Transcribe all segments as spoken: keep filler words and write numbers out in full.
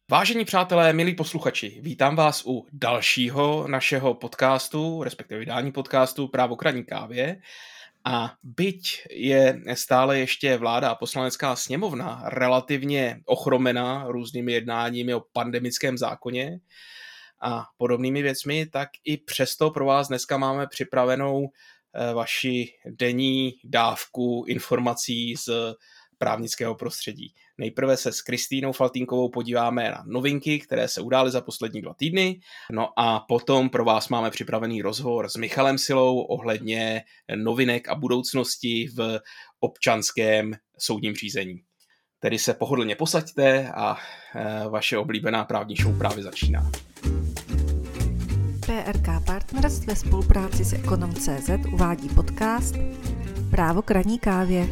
Vážení přátelé, milí posluchači, vítám vás u dalšího našeho podcastu, respektive vydání podcastu Právo k ranní kávě. A byť je stále ještě vláda a poslanecká sněmovna relativně ochromená různými jednáními o pandemickém zákoně a podobnými věcmi, tak i přesto pro vás dneska máme připravenou vaši denní dávku informací z právnického prostředí. Nejprve se s Kristýnou Faltýnkovou podíváme na novinky, které se udály za poslední dva týdny, no a potom pro vás máme připravený rozhovor s Michalem Silou ohledně novinek a budoucnosti v občanském soudním řízení. Tedy se pohodlně posaďte a vaše oblíbená právní show právě začíná. P R K Partners ve spolupráci s ekonom tečka cé zet uvádí podcast Právo k ranní kávě.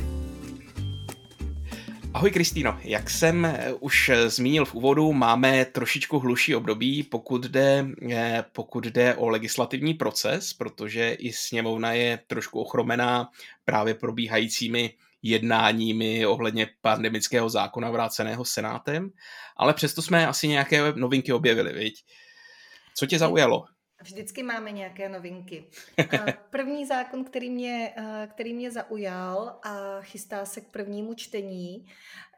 Ahoj Kristýno, jak jsem už zmínil v úvodu, máme trošičku hluší období, pokud jde, pokud jde o legislativní proces, protože i sněmovna je trošku ochromená právě probíhajícími jednáními ohledně pandemického zákona vráceného Senátem, ale přesto jsme asi nějaké novinky objevili, viď? Co tě zaujalo? Vždycky máme nějaké novinky. První zákon, který mě, který mě zaujal a chystá se k prvnímu čtení,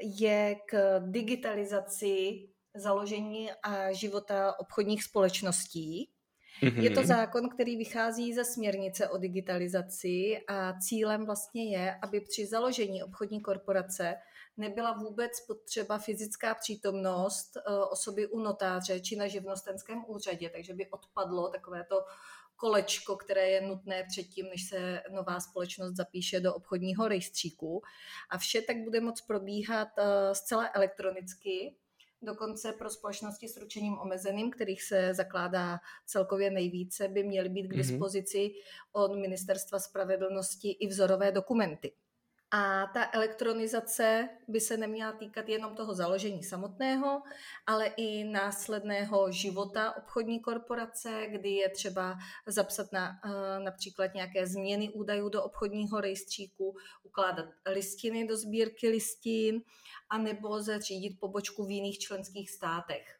je k digitalizaci založení a života obchodních společností. Mm-hmm. Je to zákon, který vychází ze směrnice o digitalizaci a cílem vlastně je, aby při založení obchodní korporace nebyla vůbec potřeba fyzická přítomnost osoby u notáře či na živnostenském úřadě, takže by odpadlo takovéto kolečko, které je nutné předtím, než se nová společnost zapíše do obchodního rejstříku. A vše tak bude moct probíhat zcela elektronicky, dokonce pro společnosti s ručením omezeným, kterých se zakládá celkově nejvíce, by měly být k dispozici od Ministerstva spravedlnosti i vzorové dokumenty. A ta elektronizace by se neměla týkat jenom toho založení samotného, ale i následného života obchodní korporace, kdy je třeba zapsat na, například nějaké změny údajů do obchodního rejstříku, ukládat listiny do sbírky listin, anebo zařídit pobočku v jiných členských státech.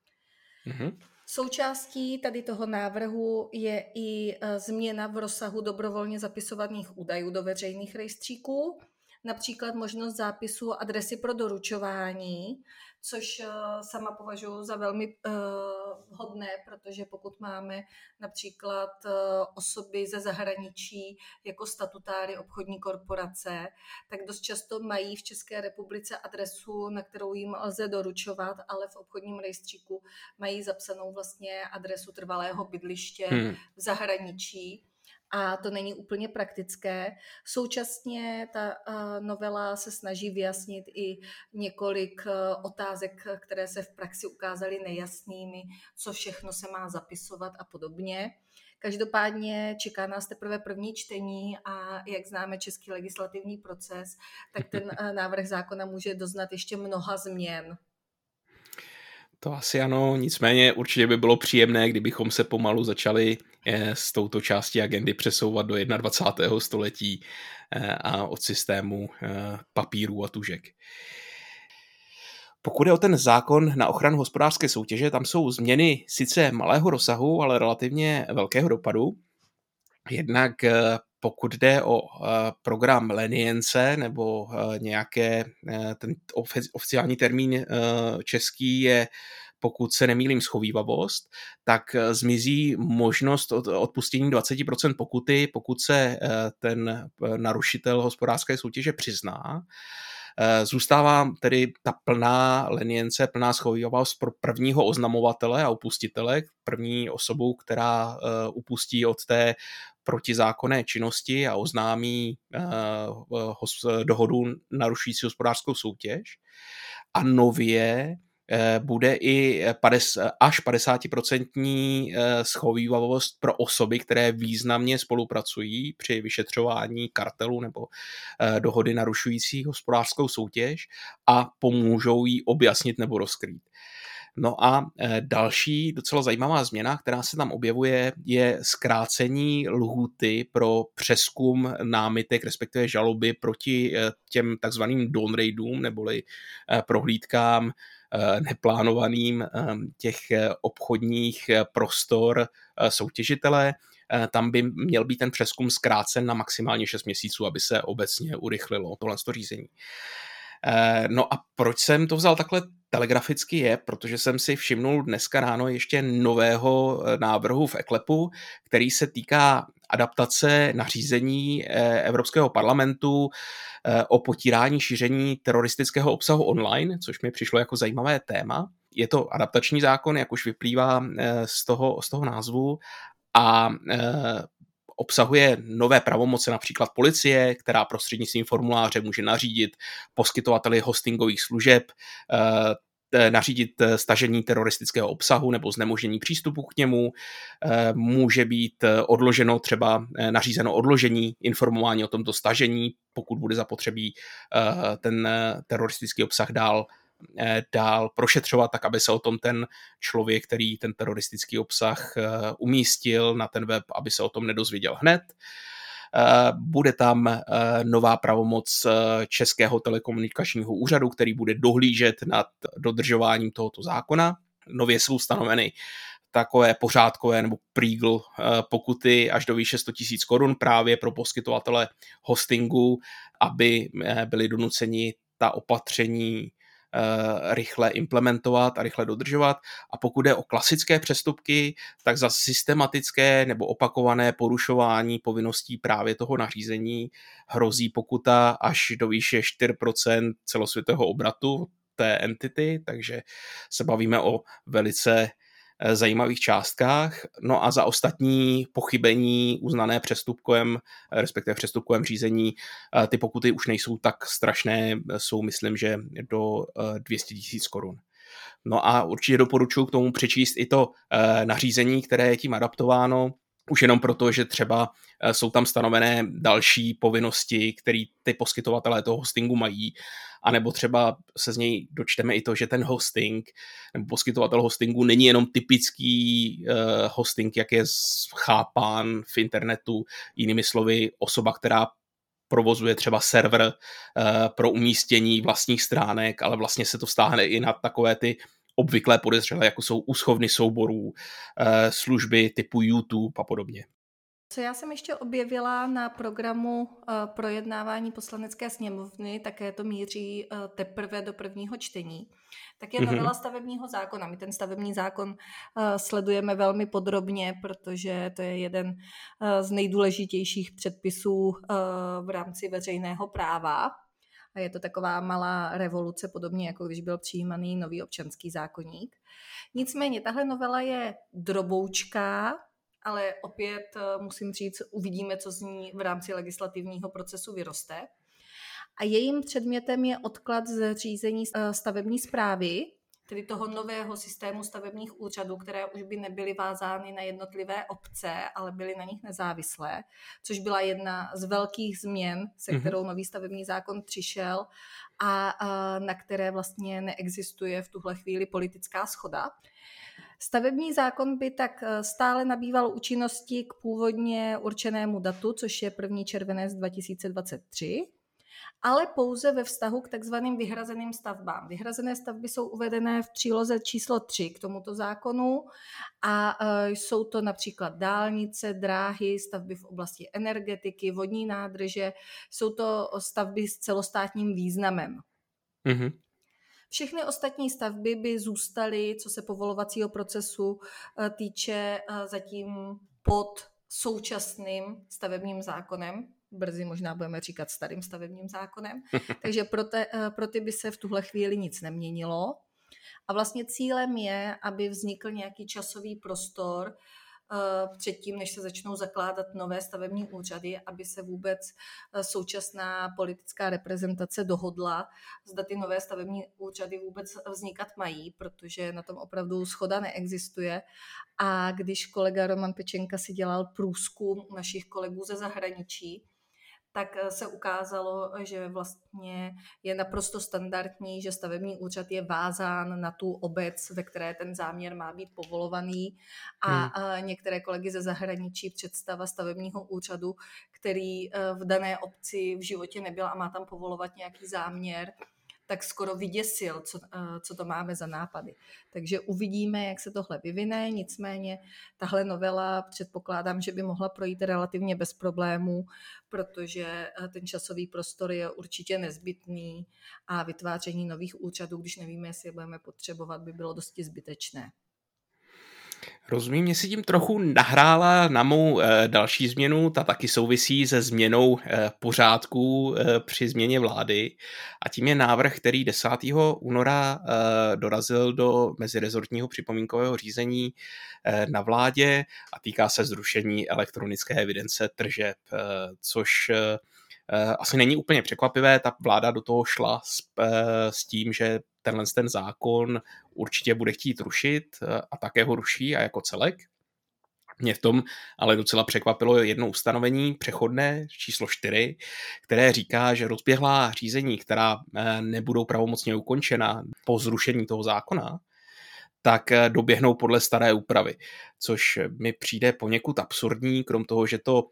Mm-hmm. Součástí tady toho návrhu je i změna v rozsahu dobrovolně zapisovaných údajů do veřejných rejstříků, například možnost zápisu adresy pro doručování, což sama považuji za velmi vhodné, protože pokud máme například osoby ze zahraničí jako statutáry obchodní korporace, tak dost často mají v České republice adresu, na kterou jim lze doručovat, ale v obchodním rejstříku mají zapsanou vlastně adresu trvalého bydliště hmm. v zahraničí. A to není úplně praktické. Současně ta novela se snaží vyjasnit i několik otázek, které se v praxi ukázaly nejasnými, co všechno se má zapisovat a podobně. Každopádně čeká nás teprve první čtení a jak známe český legislativní proces, tak ten návrh zákona může doznat ještě mnoha změn. To asi ano, nicméně určitě by bylo příjemné, kdybychom se pomalu začali s touto částí agendy přesouvat do dvacátého prvního století a od systému papírů a tužek. Pokud je o ten zákon na ochranu hospodářské soutěže, tam jsou změny sice malého rozsahu, ale relativně velkého dopadu. Jednak pokud jde o program lenience nebo nějaké, ten oficiální termín český je, pokud se nemýlím, schovívavost, tak zmizí možnost odpuštění dvacet procent pokuty, pokud se ten narušitel hospodářské soutěže přizná. Zůstává tedy ta plná lenience, plná schovívavost pro prvního oznamovatele a upustitele, první osobu, která upustí od té protizákonné činnosti a oznámí dohodu narušující hospodářskou soutěž. A nově bude i až padesát procent schovívavost pro osoby, které významně spolupracují při vyšetřování kartelu nebo dohody narušující hospodářskou soutěž a pomůžou jí objasnit nebo rozkrýt. No a další docela zajímavá změna, která se tam objevuje, je zkrácení lhůty pro přezkum námitek, respektive žaloby proti těm takzvaným down raidům neboli prohlídkám neplánovaným těch obchodních prostor soutěžitele. Tam by měl být ten přezkum zkrácen na maximálně šest měsíců, aby se obecně urychlilo tohle řízení. No a proč jsem to vzal takhle telegraficky je, protože jsem si všimnul dneska ráno ještě nového návrhu v eKLEPu, který se týká adaptace nařízení Evropského parlamentu o potírání šíření teroristického obsahu online, což mi přišlo jako zajímavé téma. Je to adaptační zákon, jak už vyplývá z toho, z toho názvu, a obsahuje nové pravomoce, například policie, která prostřednictvím formuláře může nařídit poskytovateli hostingových služeb, nařídit stažení teroristického obsahu nebo znemožnění přístupu k němu. Může být odloženo, třeba nařízeno odložení informování o tomto stažení, pokud bude zapotřebí ten teroristický obsah dál dál prošetřovat, tak aby se o tom ten člověk, který ten teroristický obsah umístil na ten web, aby se o tom nedozvěděl hned. Bude tam nová pravomoc Českého telekomunikačního úřadu, který bude dohlížet nad dodržováním tohoto zákona. Nově jsou stanoveny takové pořádkové nebo prígl pokuty až do výše sto tisíc korun právě pro poskytovatele hostingu, aby byli donuceni ta opatření rychle implementovat a rychle dodržovat. A pokud jde o klasické přestupky, tak za systematické nebo opakované porušování povinností právě toho nařízení hrozí pokuta až do výše čtyři procenta celosvětového obratu té entity, takže se bavíme o velice zajímavých částkách. No a za ostatní pochybení uznané přestupkovém, respektive přestupkovém řízení, ty pokuty už nejsou tak strašné, jsou myslím, že do dvě stě tisíc korun. No a určitě doporučuji k tomu přečíst i to nařízení, které je tím adaptováno, už jenom proto, že třeba jsou tam stanovené další povinnosti, které ty poskytovatelé toho hostingu mají, anebo třeba se z něj dočteme i to, že ten hosting nebo poskytovatel hostingu není jenom typický uh, hosting, jak je chápán v internetu, jinými slovy osoba, která provozuje třeba server uh, pro umístění vlastních stránek, ale vlastně se to stáhne i na takové ty obvyklé podezřelé, jako jsou úschovny souborů, služby typu YouTube a podobně. Co já jsem ještě objevila na programu projednávání Poslanecké sněmovny, také to míří teprve do prvního čtení, tak je novela mm-hmm. stavebního zákona. My ten stavební zákon sledujeme velmi podrobně, protože to je jeden z nejdůležitějších předpisů v rámci veřejného práva. A je to taková malá revoluce, podobně jako když byl přijímaný nový občanský zákoník. Nicméně tahle novela je droboučká, ale opět musím říct, uvidíme, co z ní v rámci legislativního procesu vyroste. A jejím předmětem je odklad zřízení stavební správy, tedy toho nového systému stavebních úřadů, které už by nebyly vázány na jednotlivé obce, ale byly na nich nezávislé, což byla jedna z velkých změn, se kterou nový stavební zákon přišel a, a na které vlastně neexistuje v tuhle chvíli politická shoda. Stavební zákon by tak stále nabýval účinnosti k původně určenému datu, což je první červenec dva tisíce dvacet tři, ale pouze ve vztahu k takzvaným vyhrazeným stavbám. Vyhrazené stavby jsou uvedené v příloze číslo tři k tomuto zákonu a jsou to například dálnice, dráhy, stavby v oblasti energetiky, vodní nádrže, jsou to stavby s celostátním významem. Mm-hmm. Všechny ostatní stavby by zůstaly, co se povolovacího procesu týče, zatím pod současným stavebním zákonem. Brzy možná budeme říkat starým stavebním zákonem. Takže pro, te, pro ty by se v tuhle chvíli nic neměnilo. A vlastně cílem je, aby vznikl nějaký časový prostor předtím, než se začnou zakládat nové stavební úřady, aby se vůbec současná politická reprezentace dohodla, zda ty nové stavební úřady vůbec vznikat mají, protože na tom opravdu shoda neexistuje. A když kolega Roman Pečenka si dělal průzkum našich kolegů ze zahraničí, tak se ukázalo, že vlastně je naprosto standardní, že stavební úřad je vázán na tu obec, ve které ten záměr má být povolovaný a hmm. některé kolegy ze zahraničí představa stavebního úřadu, který v dané obci v životě nebyl a má tam povolovat nějaký záměr, tak skoro vyděsil, co, co to máme za nápady. Takže uvidíme, jak se tohle vyvine, nicméně tahle novela předpokládám, že by mohla projít relativně bez problémů, protože ten časový prostor je určitě nezbytný a vytváření nových úřadů, když nevíme, jestli je budeme potřebovat, by bylo dosti zbytečné. Rozumím, mě si tím trochu nahrála na mou e, další změnu, ta taky souvisí se změnou e, pořádků e, při změně vlády a tím je návrh, který desátého února e, dorazil do mezirezortního připomínkového řízení e, na vládě a týká se zrušení elektronické evidence tržeb, e, což e, asi není úplně překvapivé, ta vláda do toho šla s, e, s tím, že tenhle ten zákon určitě bude chtít rušit a také ho ruší a jako celek. Mě v tom ale docela překvapilo jedno ustanovení přechodné číslo čtyři, které říká, že rozběhlá řízení, která nebudou pravomocně ukončena po zrušení toho zákona, tak doběhnou podle staré úpravy, což mi přijde poněkud absurdní, krom toho, že to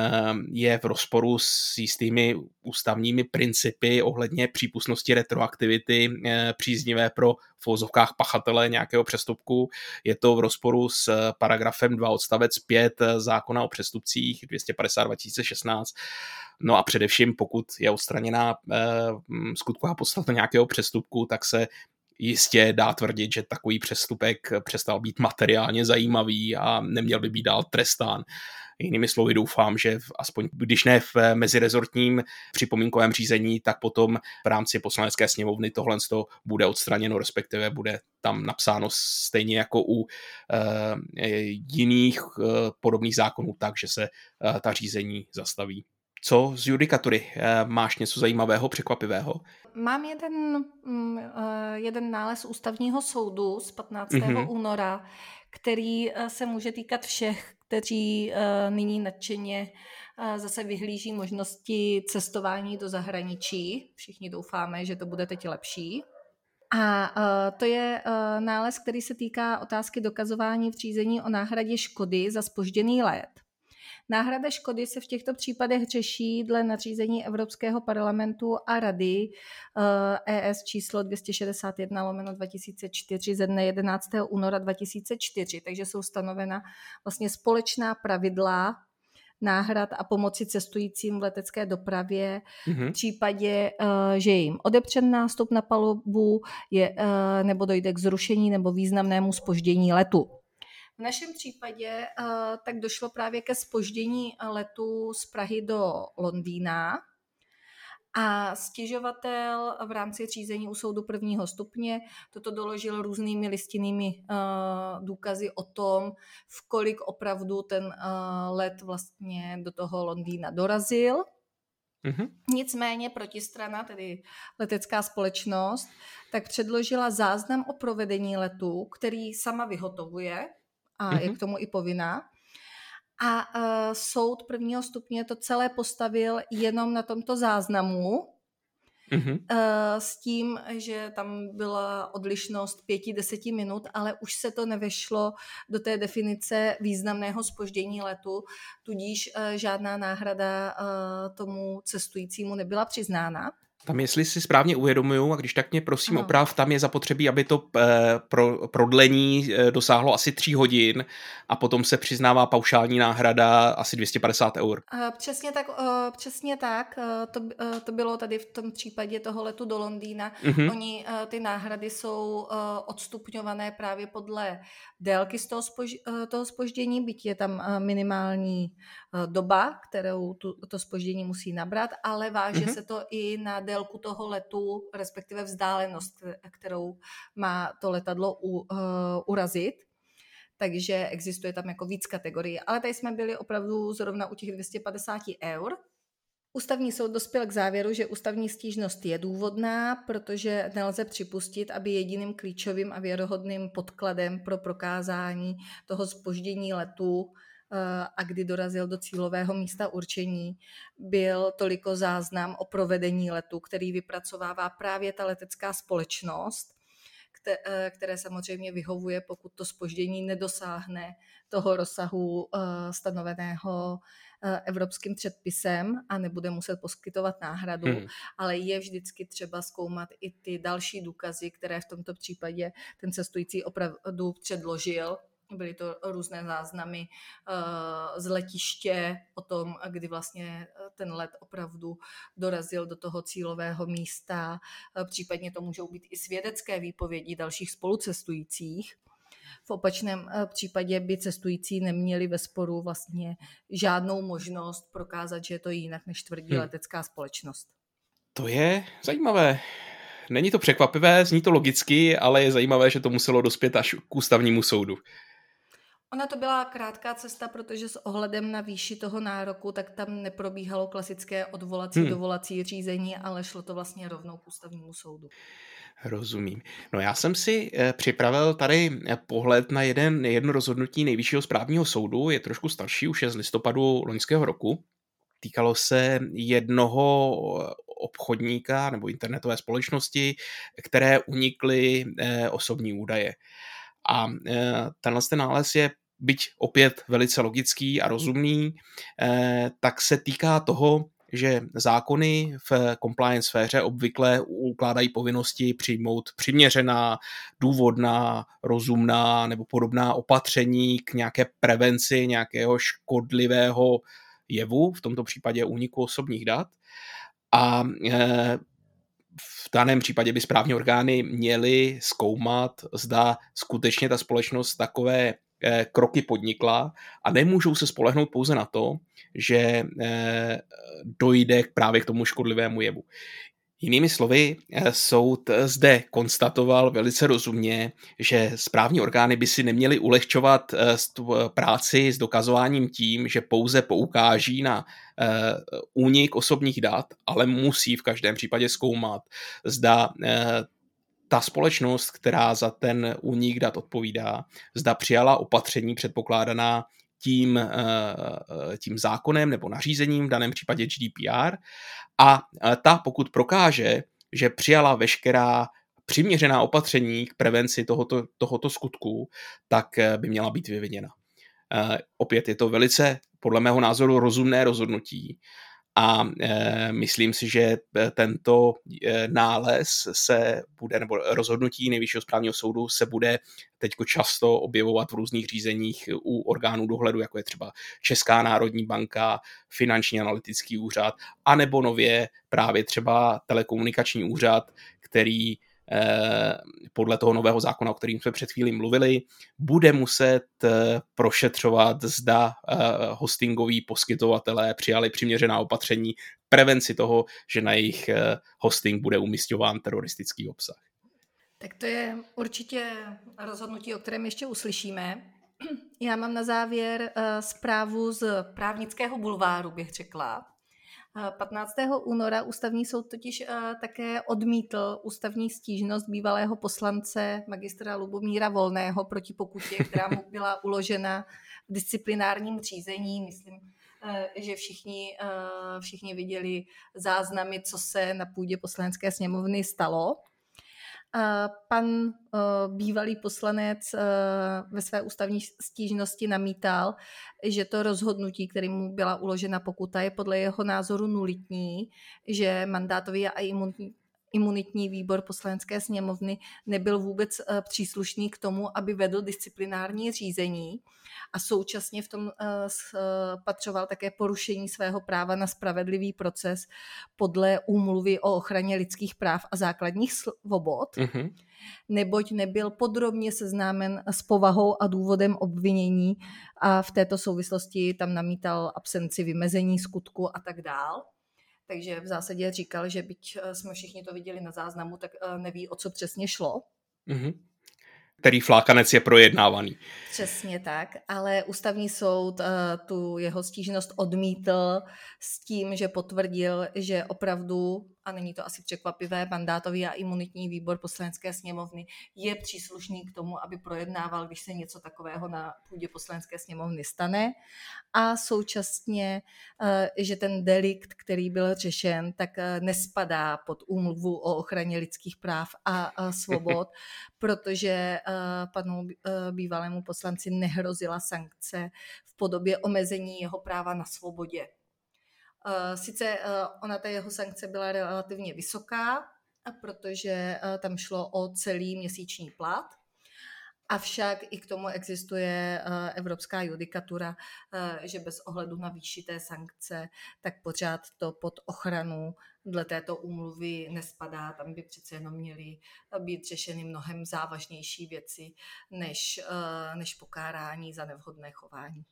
je v rozporu s jistými ústavními principy ohledně přípustnosti retroaktivity příznivé pro v uvozovkách pachatele nějakého přestupku. Je to v rozporu s paragrafem dva odstavec pět zákona o přestupcích dvě stě padesát dva tisíce šestnáct. No a především, pokud je odstraněná skutková podstata nějakého přestupku, tak se jistě dá tvrdit, že takový přestupek přestal být materiálně zajímavý a neměl by být dál trestán. Jinými slovy doufám, že v, aspoň když ne v mezirezortním připomínkovém řízení, tak potom v rámci poslanecké sněmovny tohle bude odstraněno, respektive bude tam napsáno stejně jako u e, jiných e, podobných zákonů tak, že se e, ta řízení zastaví. Co z judikatury? E, máš něco zajímavého, překvapivého? Mám jeden, jeden nález ústavního soudu z patnáctého Mm-hmm. února, který se může týkat všech, kteří nyní nadšeně zase vyhlíží možnosti cestování do zahraničí. Všichni doufáme, že to bude teď lepší. A to je nález, který se týká otázky dokazování v řízení o náhradě škody za zpožděný let. Náhrada škody se v těchto případech řeší dle nařízení Evropského parlamentu a Rady E S číslo dvě stě šedesát jedna lomeno dva tisíce čtyři ze dne jedenáctého února dva tisíce čtyři, takže jsou stanovena vlastně společná pravidla náhrad a pomoci cestujícím v letecké dopravě mm-hmm. v případě, že je jim odepřen nástup na palubu je, nebo dojde k zrušení nebo významnému zpoždění letu. V našem případě uh, tak došlo právě ke zpoždění letu z Prahy do Londýna a stěžovatel v rámci řízení u soudu prvního stupně toto doložil různými listinnými uh, důkazy o tom, v kolik opravdu ten uh, let vlastně do toho Londýna dorazil. Mm-hmm. Nicméně protistrana, tedy letecká společnost, tak předložila záznam o provedení letu, který sama vyhotovuje, a mm-hmm. je k tomu i povinná. A uh, soud prvního stupně to celé postavil jenom na tomto záznamu, mm-hmm. uh, s tím, že tam byla odlišnost pěti, deseti minut, ale už se to nevešlo do té definice významného zpoždění letu, tudíž uh, žádná náhrada uh, tomu cestujícímu nebyla přiznána. Tam, jestli si správně uvědomuju, a když tak mě prosím ano. oprav, tam je zapotřebí, aby to eh, pro, prodlení eh, dosáhlo asi tří hodin a potom se přiznává paušální náhrada asi dvě stě padesát eur. Přesně tak, uh, přesně tak. Uh, to, uh, to bylo tady v tom případě toho letu do Londýna. Mm-hmm. Oni, uh, ty náhrady jsou uh, odstupňované právě podle délky z toho, spož, uh, toho zpoždění, byť je tam uh, minimální uh, doba, kterou tu, to zpoždění musí nabrat, ale váže mm-hmm. se to i na délku toho letu, respektive vzdálenost, kterou má to letadlo u, uh, urazit. Takže existuje tam jako víc kategorií. Ale tady jsme byli opravdu zrovna u těch dvě stě padesát eur. Ústavní soud dospěl k závěru, že ústavní stížnost je důvodná, protože nelze připustit, aby jediným klíčovým a věrohodným podkladem pro prokázání toho zpoždění letu a kdy dorazil do cílového místa určení, byl toliko záznam o provedení letu, který vypracovává právě ta letecká společnost, které samozřejmě vyhovuje, pokud to zpoždění nedosáhne toho rozsahu stanoveného evropským předpisem a nebude muset poskytovat náhradu, hmm. ale je vždycky třeba zkoumat i ty další důkazy, které v tomto případě ten cestující opravdu předložil. Byly to různé záznamy z letiště o tom, kdy vlastně ten let opravdu dorazil do toho cílového místa. Případně to můžou být i svědecké výpovědi dalších spolucestujících. V opačném případě by cestující neměli ve sporu vlastně žádnou možnost prokázat, že je to jinak, než tvrdí hmm. letecká společnost. To je zajímavé. Není to překvapivé, zní to logicky, ale je zajímavé, že to muselo dospět až k ústavnímu soudu. Ona to byla krátká cesta, protože s ohledem na výši toho nároku, tak tam neprobíhalo klasické odvolací, hmm. dovolací řízení, ale šlo to vlastně rovnou k ústavnímu soudu. Rozumím. No já jsem si připravil tady pohled na jeden, jedno rozhodnutí Nejvyššího správního soudu, je trošku starší, už je z listopadu loňského roku. Týkalo se jednoho obchodníka nebo internetové společnosti, které unikly osobní údaje. A tenhle ten nález je, byť opět velice logický a rozumný, tak se týká toho, že zákony v compliance sféře obvykle ukládají povinnosti přijmout přiměřená, důvodná, rozumná nebo podobná opatření k nějaké prevenci nějakého škodlivého jevu, v tomto případě úniku osobních dat. A v daném případě by správní orgány měly zkoumat, zda skutečně ta společnost takové kroky podnikla a nemůžou se spolehnout pouze na to, že dojde právě k tomu škodlivému jevu. Jinými slovy, soud zde konstatoval velice rozumně, že správní orgány by si neměly ulehčovat práci s dokazováním tím, že pouze poukáží na únik osobních dat, ale musí v každém případě zkoumat, zda ta společnost, která za ten únik dat odpovídá, zda přijala opatření předpokládaná tím, tím zákonem nebo nařízením, v daném případě G D P R, a ta, pokud prokáže, že přijala veškerá přiměřená opatření k prevenci tohoto, tohoto skutku, tak by měla být vyviněna. Opět je to velice, podle mého názoru, rozumné rozhodnutí. A e, myslím si, že tento e, nález se bude, nebo rozhodnutí Nejvyššího správního soudu se bude teďko často objevovat v různých řízeních u orgánů dohledu, jako je třeba Česká národní banka, Finanční analytický úřad, anebo nově právě třeba Telekomunikační úřad, který podle toho nového zákona, o kterým jsme před chvílí mluvili, bude muset prošetřovat, zda hostingoví poskytovatelé přijali přiměřená opatření prevenci toho, že na jejich hosting bude umisťován teroristický obsah. Tak to je určitě rozhodnutí, o kterém ještě uslyšíme. Já mám na závěr zprávu z právnického bulváru, bych řekla. patnáctého února ústavní soud totiž také odmítl ústavní stížnost bývalého poslance magistra Lubomíra Volného proti pokutě, která mu byla uložena v disciplinárním řízení. Myslím, že všichni, všichni viděli záznamy, co se na půdě Poslanecké sněmovny stalo. Pan bývalý poslanec ve své ústavní stížnosti namítal, že to rozhodnutí, kterému byla uložena pokuta, je podle jeho názoru nulitní, že mandátový a imunitní imunitní výbor Poslanecké sněmovny nebyl vůbec příslušný k tomu, aby vedl disciplinární řízení a současně v tom spatřoval také porušení svého práva na spravedlivý proces podle úmluvy o ochraně lidských práv a základních svobod, mm-hmm. neboť nebyl podrobně seznámen s povahou a důvodem obvinění a v této souvislosti tam namítal absenci vymezení skutku a tak dál. Takže v zásadě říkal, že byť jsme všichni to viděli na záznamu, tak neví, o co přesně šlo. Mm-hmm. Který flákanec je projednávaný. Přesně tak, ale ústavní soud tu jeho stížnost odmítl s tím, že potvrdil, že opravdu a není to asi překvapivé, mandátový a imunitní výbor Poslanecké sněmovny je příslušný k tomu, aby projednával, když se něco takového na půdě Poslanecké sněmovny stane. A současně, že ten delikt, který byl řešen, tak nespadá pod úmluvu o ochraně lidských práv a svobod, protože panu bývalému poslanci nehrozila sankce v podobě omezení jeho práva na svobodě. Sice ona ta jeho sankce byla relativně vysoká, protože tam šlo o celý měsíční plat, avšak i k tomu existuje evropská judikatura, že bez ohledu na výši té sankce, tak pořád to pod ochranu dle této úmluvy nespadá. Tam by přece jenom měly být řešeny mnohem závažnější věci než, než pokárání za nevhodné chování.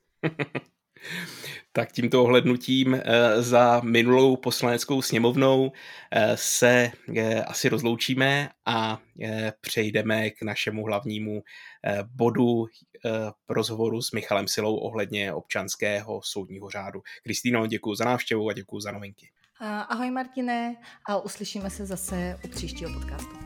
Tak tímto ohlednutím za minulou poslaneckou sněmovnou se asi rozloučíme a přejdeme k našemu hlavnímu bodu rozhovoru s Michalem Silou ohledně občanského soudního řádu. Kristýno, děkuji za návštěvu a děkuji za novinky. Ahoj Martine a uslyšíme se zase u příštího podcastu.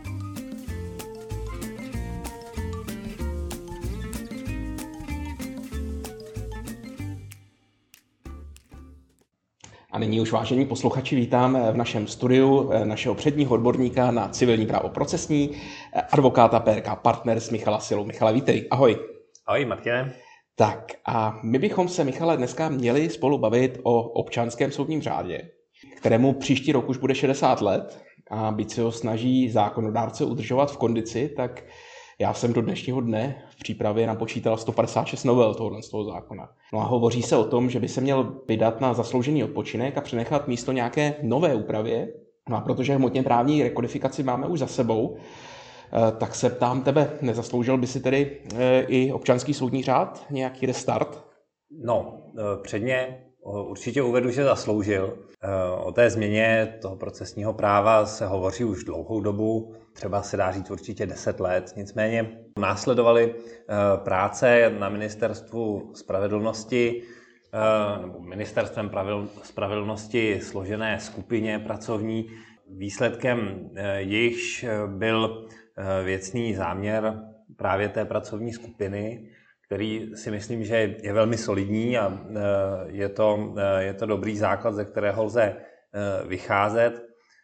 A nyní už, vážení posluchači, vítám v našem studiu našeho předního odborníka na civilní právo procesní, advokáta P R K Partners Michala Silu. Michale, vítej. Ahoj. Ahoj, Martine. Tak a my bychom se, Michale, dneska měli spolu bavit o občanském soudním řádě, kterému příští rok už bude šedesát let a byť se ho snaží zákonodárce udržovat v kondici, tak já jsem do dnešního dne v přípravě napočítal sto padesát šest novel tohoto z toho zákona. No a hovoří se o tom, že by se měl vydat na zasloužený odpočinek a přenechat místo nějaké nové úpravě. No a protože hmotně právní rekodifikaci máme už za sebou, tak se ptám tebe, nezasloužil by si tedy i občanský soudní řád nějaký restart? No, předně určitě uvedu, že zasloužil. O té změně toho procesního práva se hovoří už dlouhou dobu, třeba se dá říct určitě deset let. Nicméně následovaly práce na ministerstvu spravedlnosti nebo ministerstvem spravedlnosti složené skupině pracovní. Výsledkem jejichž byl věcný záměr právě té pracovní skupiny, který si myslím, že je velmi solidní a je to, je to dobrý základ, ze kterého lze vycházet.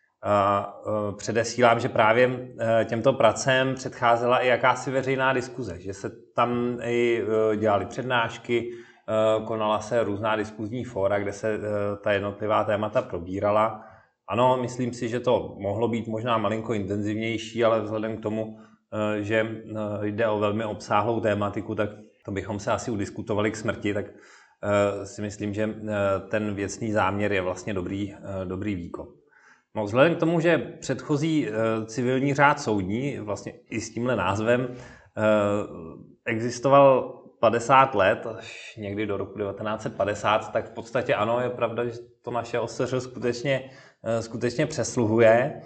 A předesílám, že právě těmto pracem předcházela i jakási veřejná diskuze, že se tam i dělaly přednášky, konala se různá diskuzní fóra, kde se ta jednotlivá témata probírala. Ano, myslím si, že to mohlo být možná malinko intenzivnější, ale vzhledem k tomu, že jde o velmi obsáhlou tématiku, tak to bychom se asi udiskutovali k smrti, tak si myslím, že ten věcný záměr je vlastně dobrý, dobrý výkon. No, vzhledem k tomu, že předchozí civilní řád soudní, vlastně i s tímhle názvem, existoval padesát let, až někdy do roku devatenáct set padesát, tak v podstatě ano, je pravda, že to naše O S Ř skutečně, skutečně přesluhuje.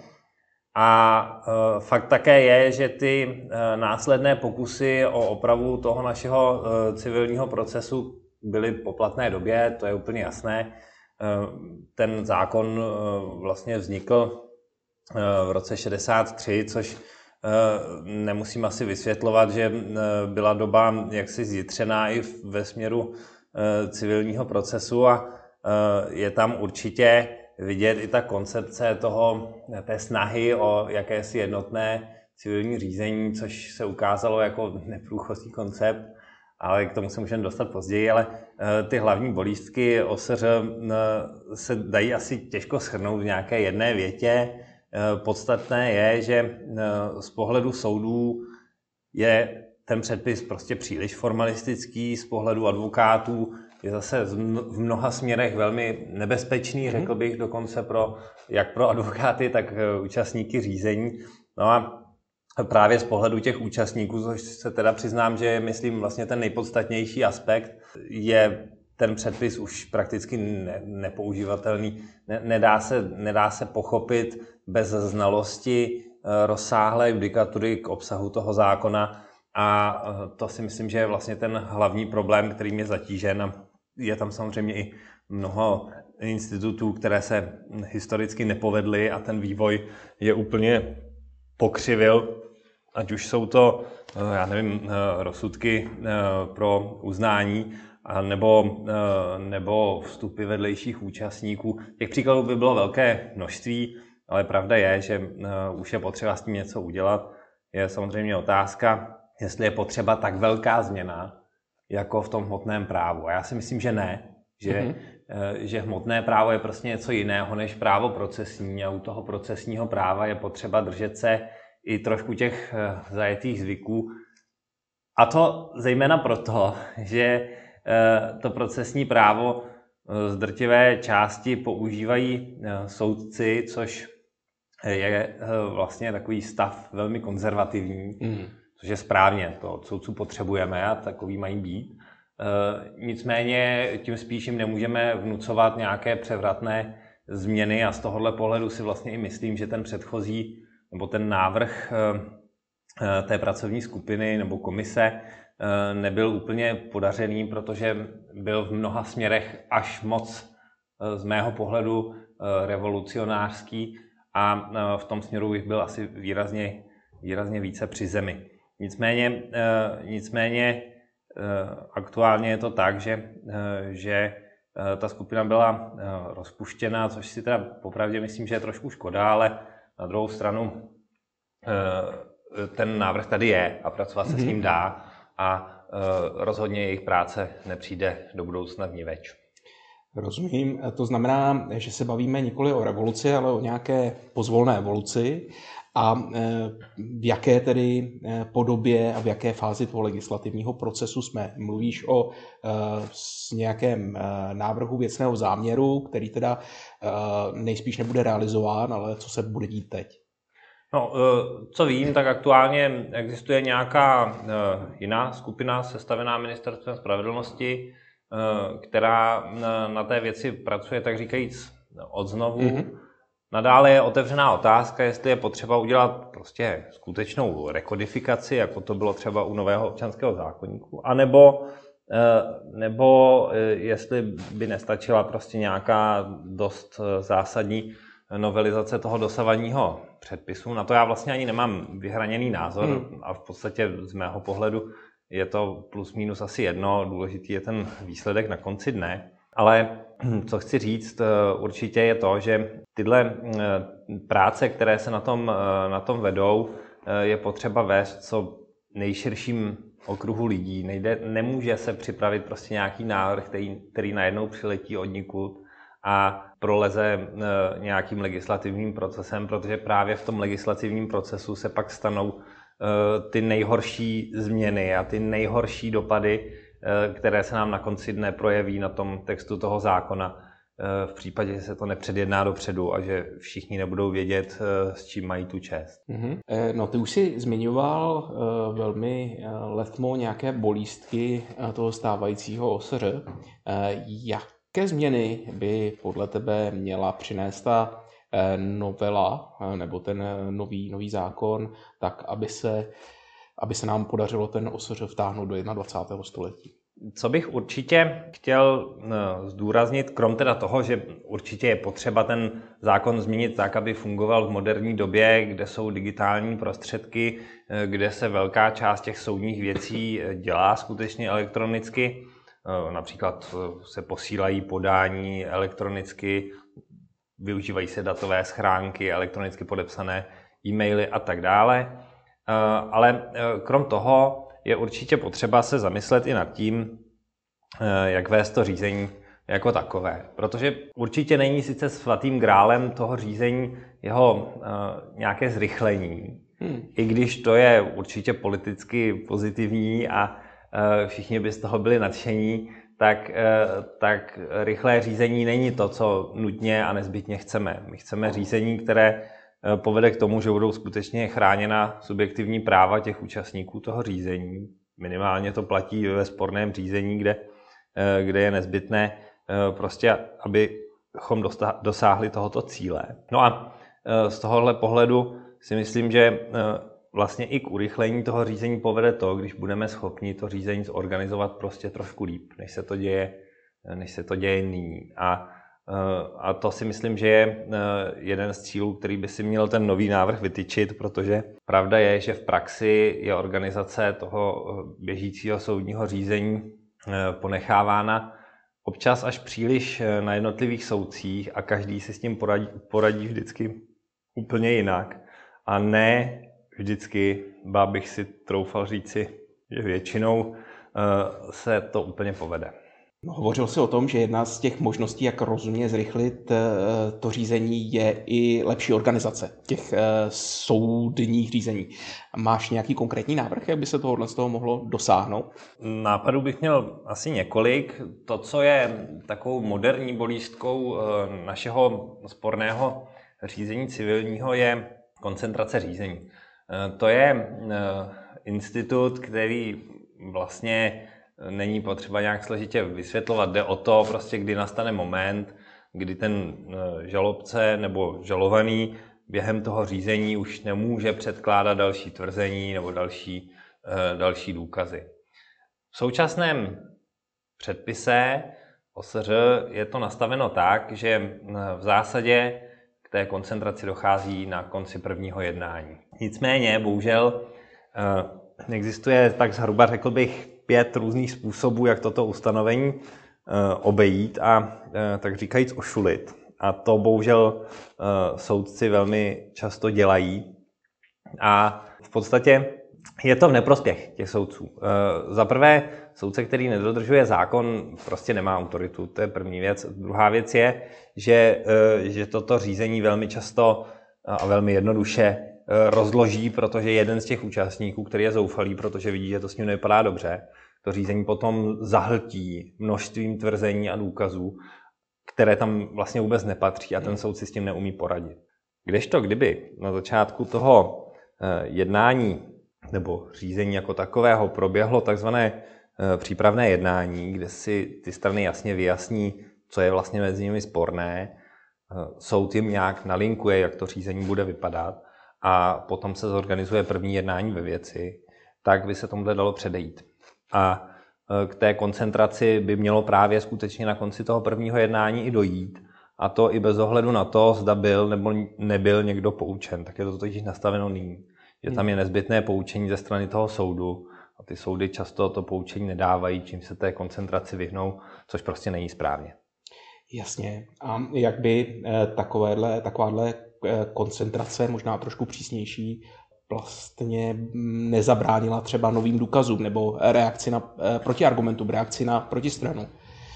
A fakt také je, že ty následné pokusy o opravu toho našeho civilního procesu byly po platné době, to je úplně jasné. Ten zákon vlastně vznikl v roce šedesát tři, což nemusím asi vysvětlovat, že byla doba jaksi zjitřená i ve směru civilního procesu a je tam určitě vidět i ta koncepce toho, té snahy o jakési jednotné civilní řízení, což se ukázalo jako neprůchozí koncept, ale k tomu se můžeme dostat později, ale ty hlavní bolístky O S Ř se dají asi těžko shrnout v nějaké jedné větě. Podstatné je, že z pohledu soudů je ten předpis prostě příliš formalistický, z pohledu advokátů je zase v mnoha směrech velmi nebezpečný, řekl bych dokonce pro, jak pro advokáty, tak účastníky řízení. No a právě z pohledu těch účastníků, což se teda přiznám, že je, myslím, vlastně ten nejpodstatnější aspekt, je ten předpis už prakticky ne, nepoužívatelný. Ne, nedá se, nedá se pochopit bez znalosti rozsáhlé judikatury k obsahu toho zákona a to si myslím, že je vlastně ten hlavní problém, kterým je zatížen. Je tam samozřejmě i mnoho institutů, které se historicky nepovedly a ten vývoj je úplně pokřivil. Ať už jsou to, já nevím, rozsudky pro uznání nebo, nebo vstupy vedlejších účastníků. Těch příkladů by bylo velké množství, ale pravda je, že už je potřeba s tím něco udělat. Je samozřejmě otázka, jestli je potřeba tak velká změna, jako v tom hmotném právu. A já si myslím, že ne. Že, mm-hmm. že hmotné právo je prostě něco jiného než právo procesní a u toho procesního práva je potřeba držet se i trošku těch zajetých zvyků. A to zejména proto, že to procesní právo z drtivé části používají soudci, což je vlastně takový stav velmi konzervativní, mm. což je správně, to od soudců potřebujeme a takový mají být. Nicméně tím spíš jim nemůžeme vnucovat nějaké převratné změny a z tohohle pohledu si vlastně i myslím, že ten předchozí nebo ten návrh té pracovní skupiny nebo komise nebyl úplně podařený, protože byl v mnoha směrech až moc z mého pohledu revolucionářský a v tom směru bych byl asi výrazně, výrazně více při zemi. Nicméně, nicméně aktuálně je to tak, že, že ta skupina byla rozpuštěna, což si teda popravdě myslím, že je trošku škoda, ale na druhou stranu ten návrh tady je a pracovat se s ním dá a rozhodně jejich práce nepřijde do budoucna vniveč. Rozumím. To znamená, že se bavíme nikoli o revoluci, ale o nějaké pozvolné evoluci. A v jaké tedy podobě a v jaké fázi toho legislativního procesu jsme? Mluvíš o nějakém návrhu věcného záměru, který teda nejspíš nebude realizován, ale co se bude dít teď? No, co vím, tak aktuálně existuje nějaká jiná skupina sestavená Ministerstvem spravedlnosti, která na té věci pracuje, tak říkajíc, odznovu. Mm-hmm. Nadále je otevřená otázka, jestli je potřeba udělat prostě skutečnou rekodifikaci, jako to bylo třeba u nového občanského zákoníku, anebo nebo jestli by nestačila prostě nějaká dost zásadní novelizace toho dosavadního předpisu. Na to já vlastně ani nemám vyhraněný názor hmm. a v podstatě z mého pohledu je to plus minus asi jedno, důležitý je ten výsledek na konci dne. Ale co chci říct určitě je to, že tyhle práce, které se na tom, na tom vedou, je potřeba vést co nejširším okruhu lidí. Nejde, nemůže se připravit prostě nějaký návrh, který, který najednou přiletí odnikud a proleze nějakým legislativním procesem, protože právě v tom legislativním procesu se pak stanou ty nejhorší změny a ty nejhorší dopady, které se nám na konci dne projeví na tom textu toho zákona, v případě, že se to nepředjedná dopředu a že všichni nebudou vědět, s čím mají tu čest. Mm-hmm. No, ty už jsi zmiňoval velmi letmo nějaké bolístky toho stávajícího O S R. Jaké změny by podle tebe měla přinést ta novela nebo ten nový, nový zákon, tak aby se, aby se nám podařilo ten O S R vtáhnout do dvacátého prvního století? Co bych určitě chtěl zdůraznit, krom teda toho, že určitě je potřeba ten zákon změnit tak, aby fungoval v moderní době, kde jsou digitální prostředky, kde se velká část těch soudních věcí dělá skutečně elektronicky. Například se posílají podání elektronicky, využívají se datové schránky, elektronicky podepsané e-maily a tak dále. Ale krom toho je určitě potřeba se zamyslet i nad tím, jak vést to řízení jako takové. Protože určitě není sice svatým grálem toho řízení jeho nějaké zrychlení, hmm. i když to je určitě politicky pozitivní a všichni by z toho byli nadšení, tak, tak rychlé řízení není to, co nutně a nezbytně chceme. My chceme řízení, které povede k tomu, že budou skutečně chráněna subjektivní práva těch účastníků toho řízení. Minimálně to platí ve sporném řízení, kde, kde je nezbytné prostě, abychom dosáhli tohoto cíle. No a z tohohle pohledu si myslím, že vlastně i k urychlení toho řízení povede to, když budeme schopni to řízení zorganizovat prostě trošku líp, než se to děje, než se to děje nyní. A A to si myslím, že je jeden z cílů, který by si měl ten nový návrh vytyčit, protože pravda je, že v praxi je organizace toho běžícího soudního řízení ponechávána občas až příliš na jednotlivých soudcích a každý si s tím poradí, poradí vždycky úplně jinak. A ne vždycky, ba bych si troufal říci, že většinou se to úplně povede. No, hovořil jsi o tom, že jedna z těch možností, jak rozumně zrychlit to řízení, je i lepší organizace těch soudních řízení. Máš nějaký konkrétní návrh, jak by se tohohle z toho mohlo dosáhnout? Nápadů bych měl asi několik. To, co je takovou moderní bolístkou našeho sporného řízení civilního, je koncentrace řízení. To je institut, který vlastně není potřeba nějak složitě vysvětlovat. Jde o to, prostě, kdy nastane moment, kdy ten žalobce nebo žalovaný během toho řízení už nemůže předkládat další tvrzení nebo další, další důkazy. V současném předpise O S Ř je to nastaveno tak, že v zásadě k té koncentraci dochází na konci prvního jednání. Nicméně, bohužel, existuje tak zhruba, řekl bych, pět různých způsobů, jak toto ustanovení obejít a tak říkajíc ošulit. A to bohužel soudci velmi často dělají. A v podstatě je to v neprospěch těch soudců. Za prvé, soudce, který nedodržuje zákon, prostě nemá autoritu. To je první věc. Druhá věc je, že, že toto řízení velmi často a velmi jednoduše rozloží, protože jeden z těch účastníků, který je zoufalý, protože vidí, že to s ním nevypadá dobře, to řízení potom zahltí množstvím tvrzení a důkazů, které tam vlastně vůbec nepatří a ten soud si s tím neumí poradit. Kdežto kdyby na začátku toho jednání nebo řízení jako takového proběhlo takzvané přípravné jednání, kde si ty strany jasně vyjasní, co je vlastně mezi nimi sporné, soud jim nějak nalinkuje, jak to řízení bude vypadat a potom se zorganizuje první jednání ve věci, tak by se tomuhle dalo předejít. A k té koncentraci by mělo právě skutečně na konci toho prvního jednání i dojít. A to i bez ohledu na to, zda byl nebo nebyl někdo poučen. Tak je to totiž nastaveno nyní. Že tam je nezbytné poučení ze strany toho soudu a ty soudy často to poučení nedávají, čím se té koncentraci vyhnou, což prostě není správně. Jasně. A jak by takovéhle, takováhle koncentrace, možná trošku přísnější, vlastně nezabránila třeba novým důkazům nebo reakci na protiargumentům, reakci na protistranu?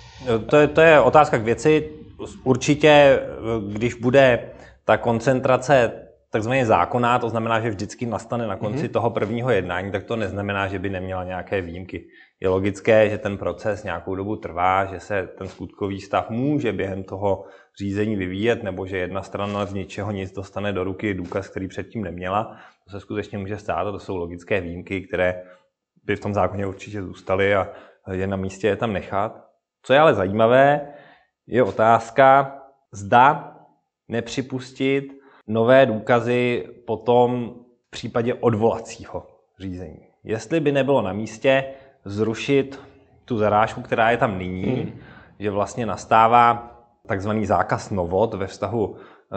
To je, to je otázka k věci. Určitě, když bude ta koncentrace takzvaně zákonná, to znamená, že vždycky nastane na konci mm-hmm. toho prvního jednání, tak to neznamená, že by neměla nějaké výjimky. Je logické, že ten proces nějakou dobu trvá, že se ten skutkový stav může během toho řízení vyvíjet, nebo že jedna strana z ničeho nic dostane do ruky důkaz, který předtím neměla. To se skutečně může stát a to jsou logické výjimky, které by v tom zákoně určitě zůstaly a je na místě je tam nechat. Co je ale zajímavé, je otázka, zda nepřipustit nové důkazy potom v případě odvolacího řízení. Jestli by nebylo na místě zrušit tu zarážku, která je tam nyní, hmm. že vlastně nastává takzvaný zákaz novot ve vztahu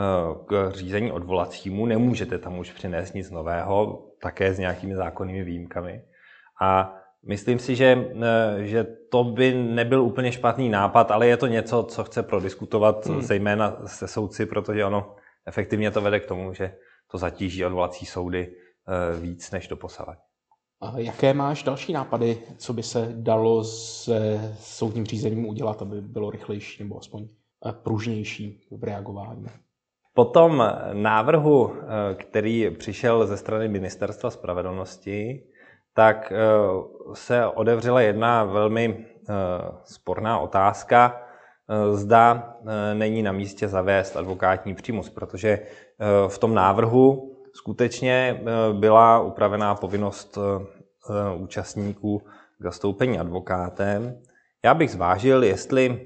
k řízení odvolacímu. Nemůžete tam už přinést nic nového, také s nějakými zákonnými výjimkami. A myslím si, že, že to by nebyl úplně špatný nápad, ale je to něco, co chce prodiskutovat hmm. zejména se soudci, protože ono efektivně to vede k tomu, že to zatíží odvolací soudy víc než doposavad. A jaké máš další nápady, co by se dalo s soudním řízením udělat, aby bylo rychlejší nebo aspoň pružnější v reagování? Po tom návrhu, který přišel ze strany Ministerstva spravedlnosti, tak se otevřela jedna velmi sporná otázka, zda není na místě zavést advokátní přímus, protože v tom návrhu skutečně byla upravená povinnost účastníků k zastoupení advokátem. Já bych zvážil, jestli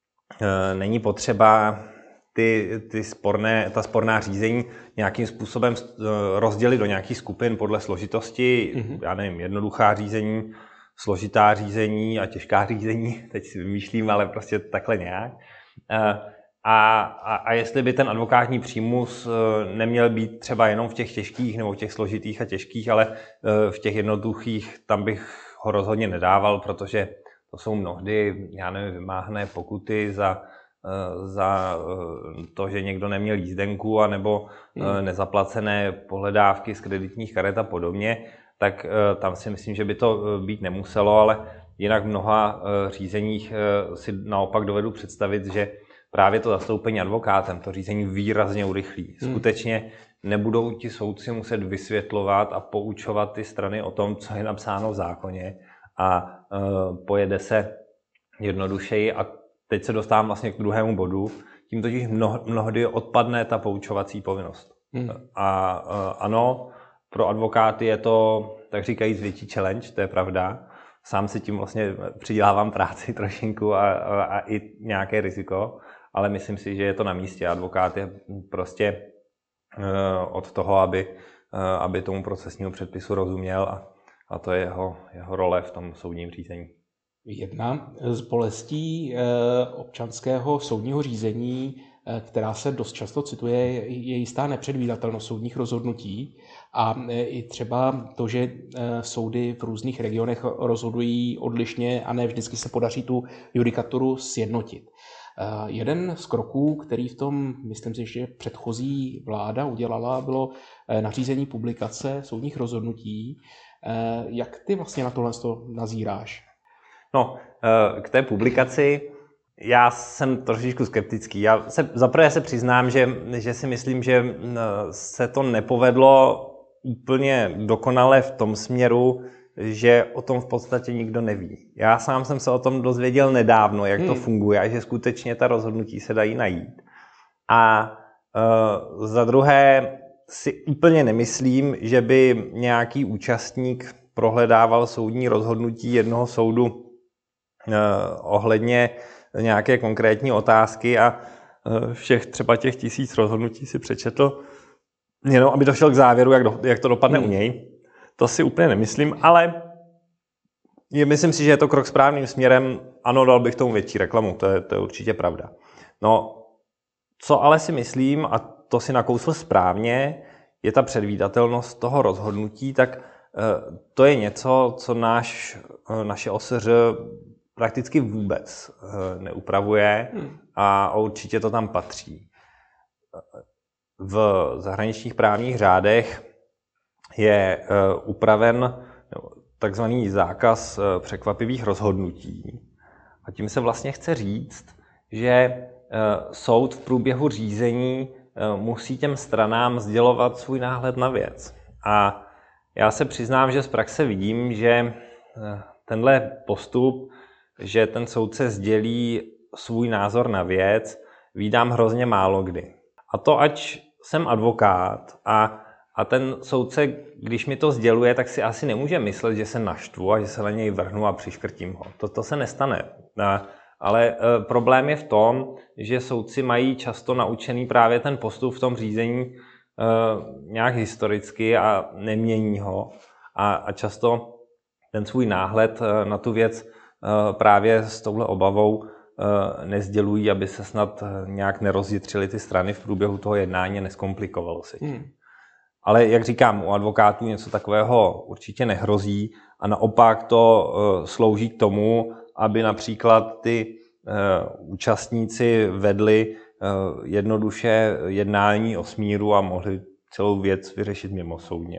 není potřeba ty, ty sporné, ta sporná řízení nějakým způsobem rozdělit do nějakých skupin podle složitosti. Mm-hmm. Já nevím, jednoduchá řízení, složitá řízení a těžká řízení, teď si vymýšlím, ale prostě takhle nějak. A, a, a jestli by ten advokátní přímus neměl být třeba jenom v těch těžkých nebo v těch složitých a těžkých, ale v těch jednoduchých, tam bych ho rozhodně nedával, protože to jsou mnohdy, já nevím, vymáhané pokuty za, za to, že někdo neměl jízdenku, anebo hmm. nezaplacené pohledávky z kreditních karet a podobně, tak tam si myslím, že by to být nemuselo, ale jinak v mnoha řízeních si naopak dovedu představit, že právě to zastoupení advokátem to řízení výrazně urychlí. Skutečně nebudou ti soudci muset vysvětlovat a poučovat ty strany o tom, co je napsáno v zákoně a uh, pojede se jednodušeji. A teď se dostávám vlastně k druhému bodu. Tím totiž mnoho, mnohdy odpadne ta poučovací povinnost. Hmm. A uh, ano, pro advokáty je to, tak říkajíc, větší challenge, to je pravda. Sám si tím vlastně přidělávám práci trošinku a, a, a i nějaké riziko. Ale myslím si, že je to na místě. Advokát je prostě uh, od toho, aby, uh, aby tomu procesnímu předpisu rozuměl a, a to je jeho, jeho role v tom soudním řízení. Jedna z bolestí uh, občanského soudního řízení, uh, která se dost často cituje, je jistá nepředvídatelnost soudních rozhodnutí a uh, i třeba to, že uh, soudy v různých regionech rozhodují odlišně a ne vždycky se podaří tu judikaturu sjednotit. Uh, jeden z kroků, který v tom, myslím si, že předchozí vláda udělala, bylo uh, nařízení publikace soudních rozhodnutí. Uh, jak ty vlastně na tohle nazíráš? No, uh, k té publikaci já jsem trošičku skeptický. Já se, zaprvé se přiznám, že, že si myslím, že se to nepovedlo úplně dokonale v tom směru, že o tom v podstatě nikdo neví. Já sám jsem se o tom dozvěděl nedávno, jak to hmm. funguje a že skutečně ta rozhodnutí se dají najít. A uh, za druhé si úplně nemyslím, že by nějaký účastník prohledával soudní rozhodnutí jednoho soudu uh, ohledně nějaké konkrétní otázky a uh, všech třeba těch tisíc rozhodnutí si přečetl, jenom aby došel k závěru, jak, do, jak to dopadne hmm. u něj. To si úplně nemyslím, ale je, myslím si, že je to krok správným směrem. Ano, dal bych tomu větší reklamu, to je, to je určitě pravda. No, co ale si myslím, a to si nakousl správně, je ta předvídatelnost toho rozhodnutí, tak to je něco, co náš, naše O S R prakticky vůbec neupravuje a určitě to tam patří. V zahraničních právních řádech je uh, upraven takzvaný zákaz uh, překvapivých rozhodnutí. A tím se vlastně chce říct, že uh, soud v průběhu řízení uh, musí těm stranám sdělovat svůj náhled na věc. A já se přiznám, že z praxe vidím, že uh, tenhle postup, že ten soudce sdělí svůj názor na věc, vídám hrozně málo kdy. A to ač jsem advokát a A ten soudce, když mi to sděluje, tak si asi nemůže myslet, že se naštvu a že se na něj vrhnu a přiškrtím ho. To, to se nestane. Ale e, problém je v tom, že soudci mají často naučený právě ten postup v tom řízení e, nějak historicky a nemění ho. A, a často ten svůj náhled e, na tu věc e, právě s touhle obavou e, nezdělují, aby se snad nějak nerozjitřily ty strany v průběhu toho jednání a neskomplikovalo se tím. Hmm. Ale jak říkám, u advokátů něco takového určitě nehrozí a naopak to uh, slouží k tomu, aby například ty uh, účastníci vedli uh, jednoduše jednání o smíru a mohli celou věc vyřešit mimosoudně.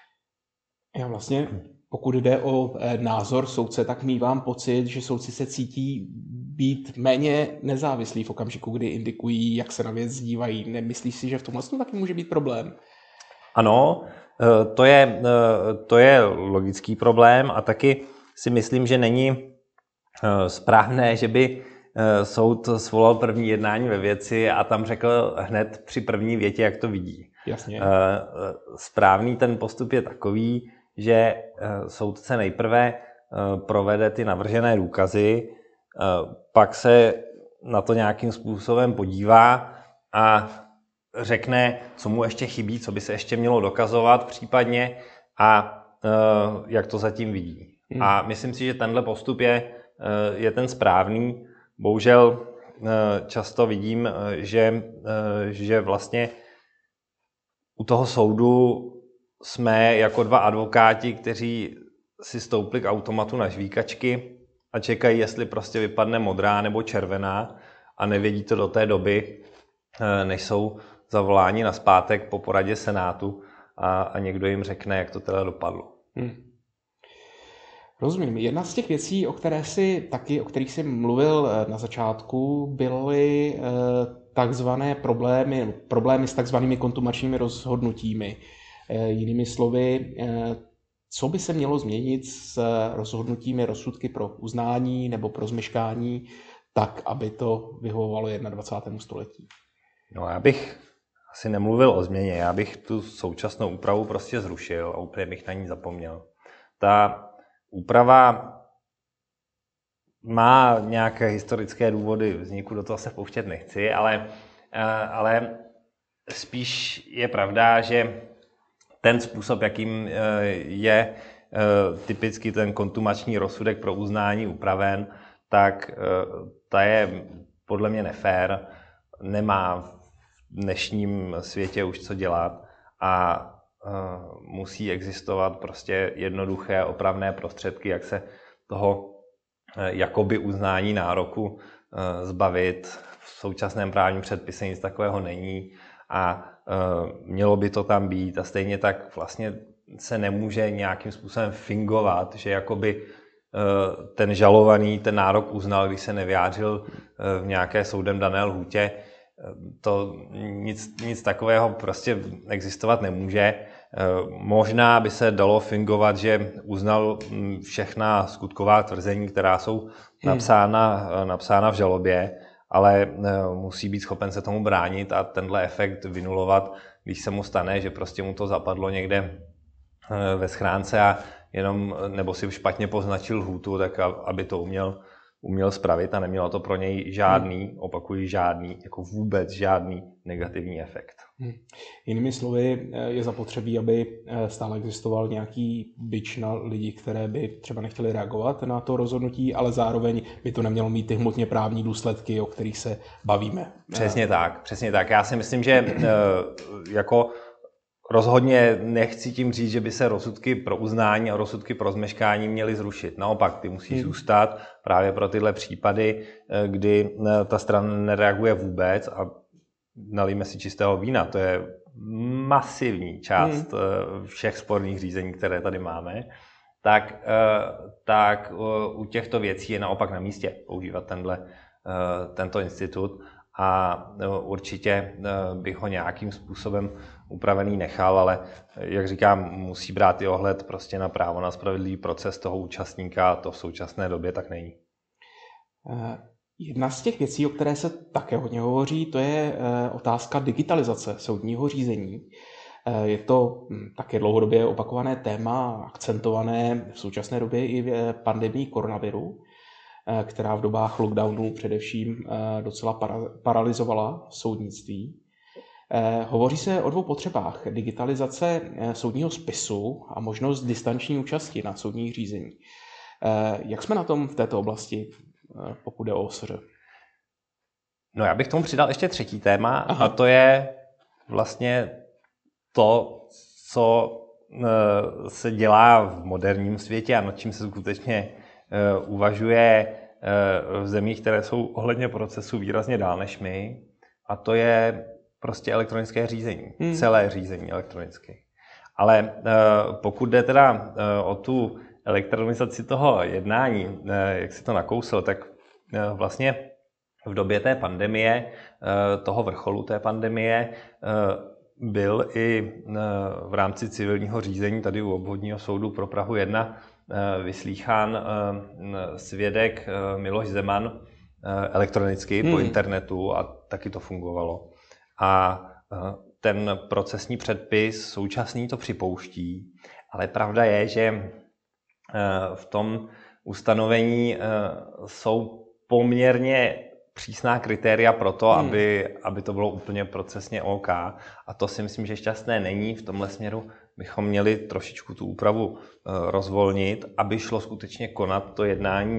Já vlastně, pokud jde o názor soudce, tak mívám pocit, že soudci se cítí být méně nezávislí v okamžiku, kdy indikují, jak se na věc dívají. Nemyslíš si, že v tom vlastně taky může být problém? Ano, to je, to je logický problém a taky si myslím, že není správné, že by soud svolal první jednání ve věci a tam řekl hned při první větě, jak to vidí. Jasně. Správný ten postup je takový, že soudce nejprve provede ty navržené důkazy, pak se na to nějakým způsobem podívá a řekne, co mu ještě chybí, co by se ještě mělo dokazovat případně a uh, jak to zatím vidí. Hmm. A myslím si, že tenhle postup je, uh, je ten správný. Bohužel často vidím, že, že vlastně u toho soudu jsme jako dva advokáti, kteří si stoupli k automatu na žvíkačky a čekají, jestli prostě vypadne modrá nebo červená a nevědí to do té doby, než jsou zavoláni nazpátek po poradě Senátu a, a někdo jim řekne, jak to teda dopadlo. Hmm. Rozumím. Jedna z těch věcí, o které si taky, o kterých jsi mluvil na začátku, byly takzvané problémy, problémy s takzvanými kontumačními rozhodnutími. Jinými slovy, co by se mělo změnit s rozhodnutími, rozsudky pro uznání nebo pro zmeškání, tak, aby to vyhovovalo dvacátému prvnímu století? No, já bych asi nemluvil o změně, já bych tu současnou úpravu prostě zrušil a úplně bych na ní zapomněl. Ta úprava má nějaké historické důvody vzniku, do toho se pouštět nechci, ale, ale spíš je pravda, že ten způsob, jakým je typicky ten kontumační rozsudek pro uznání upraven, tak ta je podle mě nefér, nemá v dnešním světě už co dělat a musí existovat prostě jednoduché opravné prostředky, jak se toho jakoby uznání nároku zbavit. V současném právním předpise nic takového není a mělo by to tam být a stejně tak vlastně se nemůže nějakým způsobem fingovat, že jakoby ten žalovaný ten nárok uznal, když se nevyjádřil v nějaké soudem dané lhůtě. To nic, nic takového prostě existovat nemůže. Možná by se dalo fingovat, že uznal všechna skutková tvrzení, která jsou napsána, napsána v žalobě, ale musí být schopen se tomu bránit a tenhle efekt vynulovat, když se mu stane, že prostě mu to zapadlo někde ve schránce a jenom, nebo si špatně poznačil lhůtu, tak aby to uměl, uměl spravit a nemělo to pro něj žádný, opakuji žádný, jako vůbec žádný negativní efekt. Hmm. Jinými slovy je zapotřebí, aby stále existoval nějaký bič na lidi, které by třeba nechtěli reagovat na to rozhodnutí, ale zároveň by to nemělo mít ty hmotně právní důsledky, o kterých se bavíme. Přesně tak, přesně tak. Já si myslím, že jako rozhodně nechci tím říct, že by se rozsudky pro uznání a rozsudky pro zmeškání měly zrušit. Naopak, ty musí hmm. zůstat právě pro tyhle případy, kdy ta strana nereaguje vůbec a nalijme si čistého vína. To je masivní část hmm. všech sporných řízení, které tady máme. Tak, tak u těchto věcí je naopak na místě používat tenhle, tento institut a určitě bych ho nějakým způsobem upravený nechal, ale jak říkám, musí brát i ohled prostě na právo na spravedlivý proces toho účastníka a to v současné době tak není. Jedna z těch věcí, o které se také hodně hovoří, to je otázka digitalizace soudního řízení. Je to také dlouhodobě opakované téma, akcentované v současné době i v pandemii koronaviru, která v dobách lockdownu především docela para- paralyzovala soudnictví. Hovoří se o dvou potřebách. Digitalizace soudního spisu a možnost distanční účasti na soudních řízení. Jak jsme na tom v této oblasti, pokud jde o O S R? No, já bych tomu přidal ještě třetí téma. Aha. A to je vlastně to, co se dělá v moderním světě a nad čím se skutečně uvažuje v zemích, které jsou ohledně procesu výrazně dál než my. A to je prostě elektronické řízení. Hmm. Celé řízení elektronické. Ale pokud jde teda o tu elektronizaci toho jednání, jak si to nakousl, tak vlastně v době té pandemie, toho vrcholu té pandemie, byl i v rámci civilního řízení tady u obvodního soudu pro Prahu jedna vyslýchán svědek Miloš Zeman elektronicky hmm. po internetu a taky to fungovalo. A ten procesní předpis současný to připouští, ale pravda je, že v tom ustanovení jsou poměrně přísná kritéria pro to, hmm. aby, aby to bylo úplně procesně OK. A to si myslím, že šťastné není. V tomhle směru bychom měli trošičku tu úpravu rozvolnit, aby šlo skutečně konat to jednání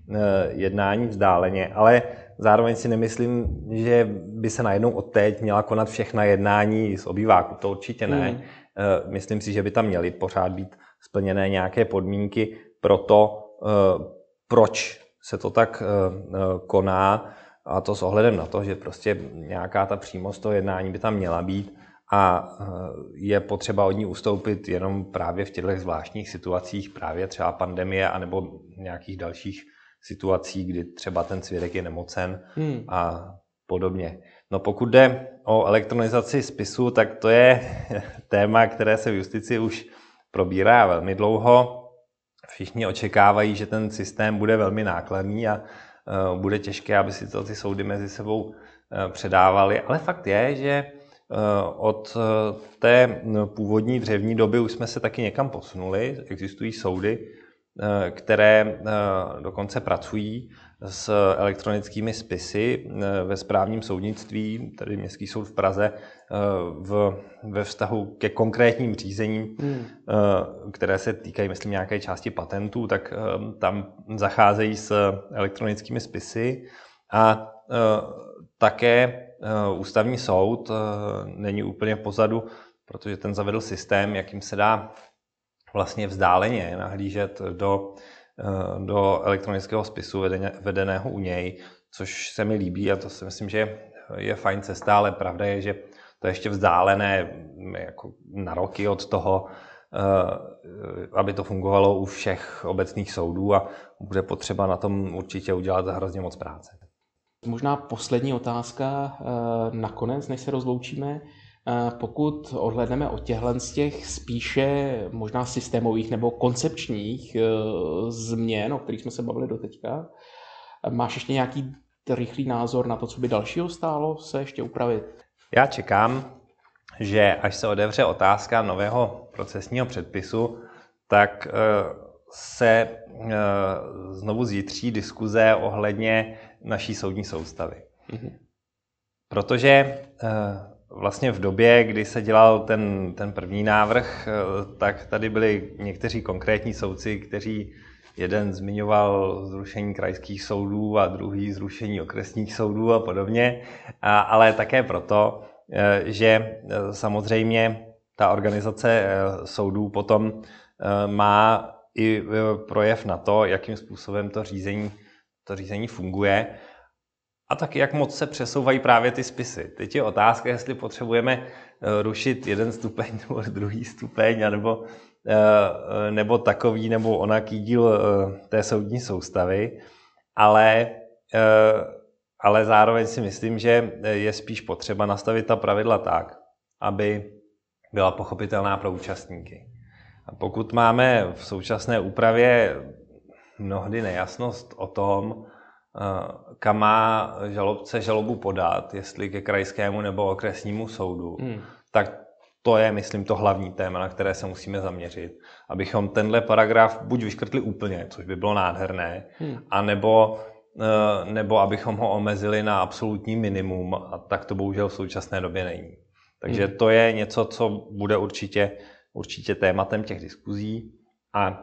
jednání vzdáleně, ale zároveň si nemyslím, že by se najednou odteď měla konat všechna jednání z obýváku. To určitě ne. Hmm. Myslím si, že by tam měly pořád být splněné nějaké podmínky pro to, proč se to tak koná, a to s ohledem na to, že prostě nějaká ta přímost toho jednání by tam měla být a je potřeba od ní ustoupit jenom právě v těchto zvláštních situacích, právě třeba pandemie anebo nějakých dalších situací, kdy třeba ten svědek je nemocen hmm. a podobně. No pokud jde o elektronizaci spisu, tak to je téma, které se v justici už probírá velmi dlouho. Všichni očekávají, že ten systém bude velmi nákladný a uh, bude těžké, aby si to ty soudy mezi sebou uh, předávali. Ale fakt je, že uh, od uh, té původní dřevní doby už jsme se taky někam posunuli. Existují soudy, uh, které uh, dokonce pracují s elektronickými spisy uh, ve správním soudnictví, tedy Městský soud v Praze, uh, v, ve vztahu ke konkrétním řízením, hmm. uh, které se týkají, myslím, nějaké části patentů, tak uh, tam zacházejí s elektronickými spisy. A uh, také uh, Ústavní soud uh, není úplně pozadu, protože ten zavedl systém, jakým se dá vlastně vzdáleně nahlížet do do elektronického spisu vedeného u něj, což se mi líbí a to si myslím, že je fajn cesta, ale pravda je, že to je ještě vzdálené jako na roky od toho, aby to fungovalo u všech obecných soudů a bude potřeba na tom určitě udělat hrozně moc práce. Možná poslední otázka nakonec, než se rozloučíme. Pokud odhlédneme od těchto z těch spíše možná systémových nebo koncepčních změn, o kterých jsme se bavili doteďka, máš ještě nějaký rychlý názor na to, co by dalšího stálo se ještě upravit? Já čekám, že až se otevře otázka nového procesního předpisu, tak se znovu zjitří diskuze ohledně naší soudní soustavy. Mhm. Protože vlastně v době, kdy se dělal ten, ten první návrh, tak tady byli někteří konkrétní soudci, kteří jeden zmiňoval zrušení krajských soudů a druhý zrušení okresních soudů a podobně, a, ale také proto, že samozřejmě ta organizace soudů potom má i projev na to, jakým způsobem to řízení, to řízení funguje. A taky, jak moc se přesouvají právě ty spisy. Teď je otázka, jestli potřebujeme rušit jeden stupeň nebo druhý stupeň, nebo, nebo takový nebo onaký díl té soudní soustavy. Ale, ale zároveň si myslím, že je spíš potřeba nastavit ta pravidla tak, aby byla pochopitelná pro účastníky. A pokud máme v současné úpravě mnohdy nejasnost o tom, kam má žalobce žalobu podat, jestli ke krajskému nebo okresnímu soudu, hmm. tak to je, myslím, to hlavní téma, na které se musíme zaměřit. Abychom tenhle paragraf buď vyškrtli úplně, což by bylo nádherné, hmm. anebo, nebo abychom ho omezili na absolutní minimum, a tak to bohužel v současné době není. Takže hmm. to je něco, co bude určitě, určitě tématem těch diskuzí. A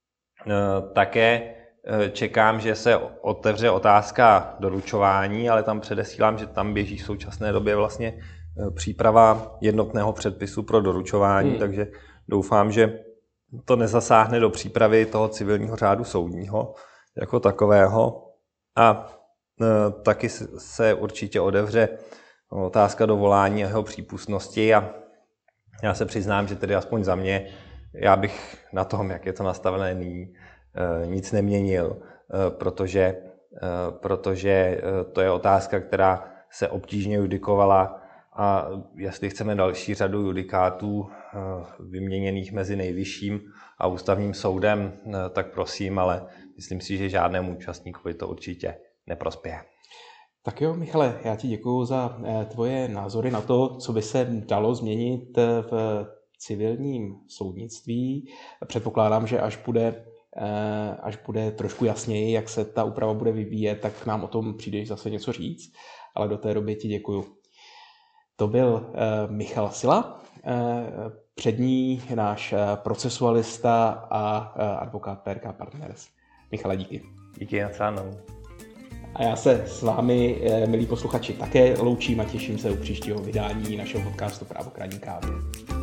také čekám, že se otevře otázka doručování, ale tam předesílám, že tam běží v současné době vlastně příprava jednotného předpisu pro doručování, hmm. takže doufám, že to nezasáhne do přípravy toho civilního řádu soudního jako takového. A e, taky se určitě otevře otázka dovolání a jeho přípustnosti a já se přiznám, že tedy aspoň za mě, já bych na tom, jak je to nastavené nyní, nic neměnil, protože, protože to je otázka, která se obtížně judikovala a jestli chceme další řadu judikátů vyměněných mezi Nejvyšším a Ústavním soudem, tak prosím, ale myslím si, že žádnému účastníkovi to určitě neprospěje. Tak jo, Michale, já ti děkuju za tvoje názory na to, co by se dalo změnit v civilním soudnictví. Předpokládám, že až bude až bude trošku jasněji, jak se ta úprava bude vyvíjet, tak nám o tom přijdeš zase něco říct, ale do té doby ti děkuju. To byl uh, Michal Sila, uh, přední náš uh, procesualista a uh, advokát P R K Partners. Michale, díky. Díky, nashledanou. A já se s vámi, milí posluchači, také loučím a těším se u příštího vydání našeho podcastu Právo k ranní kávě.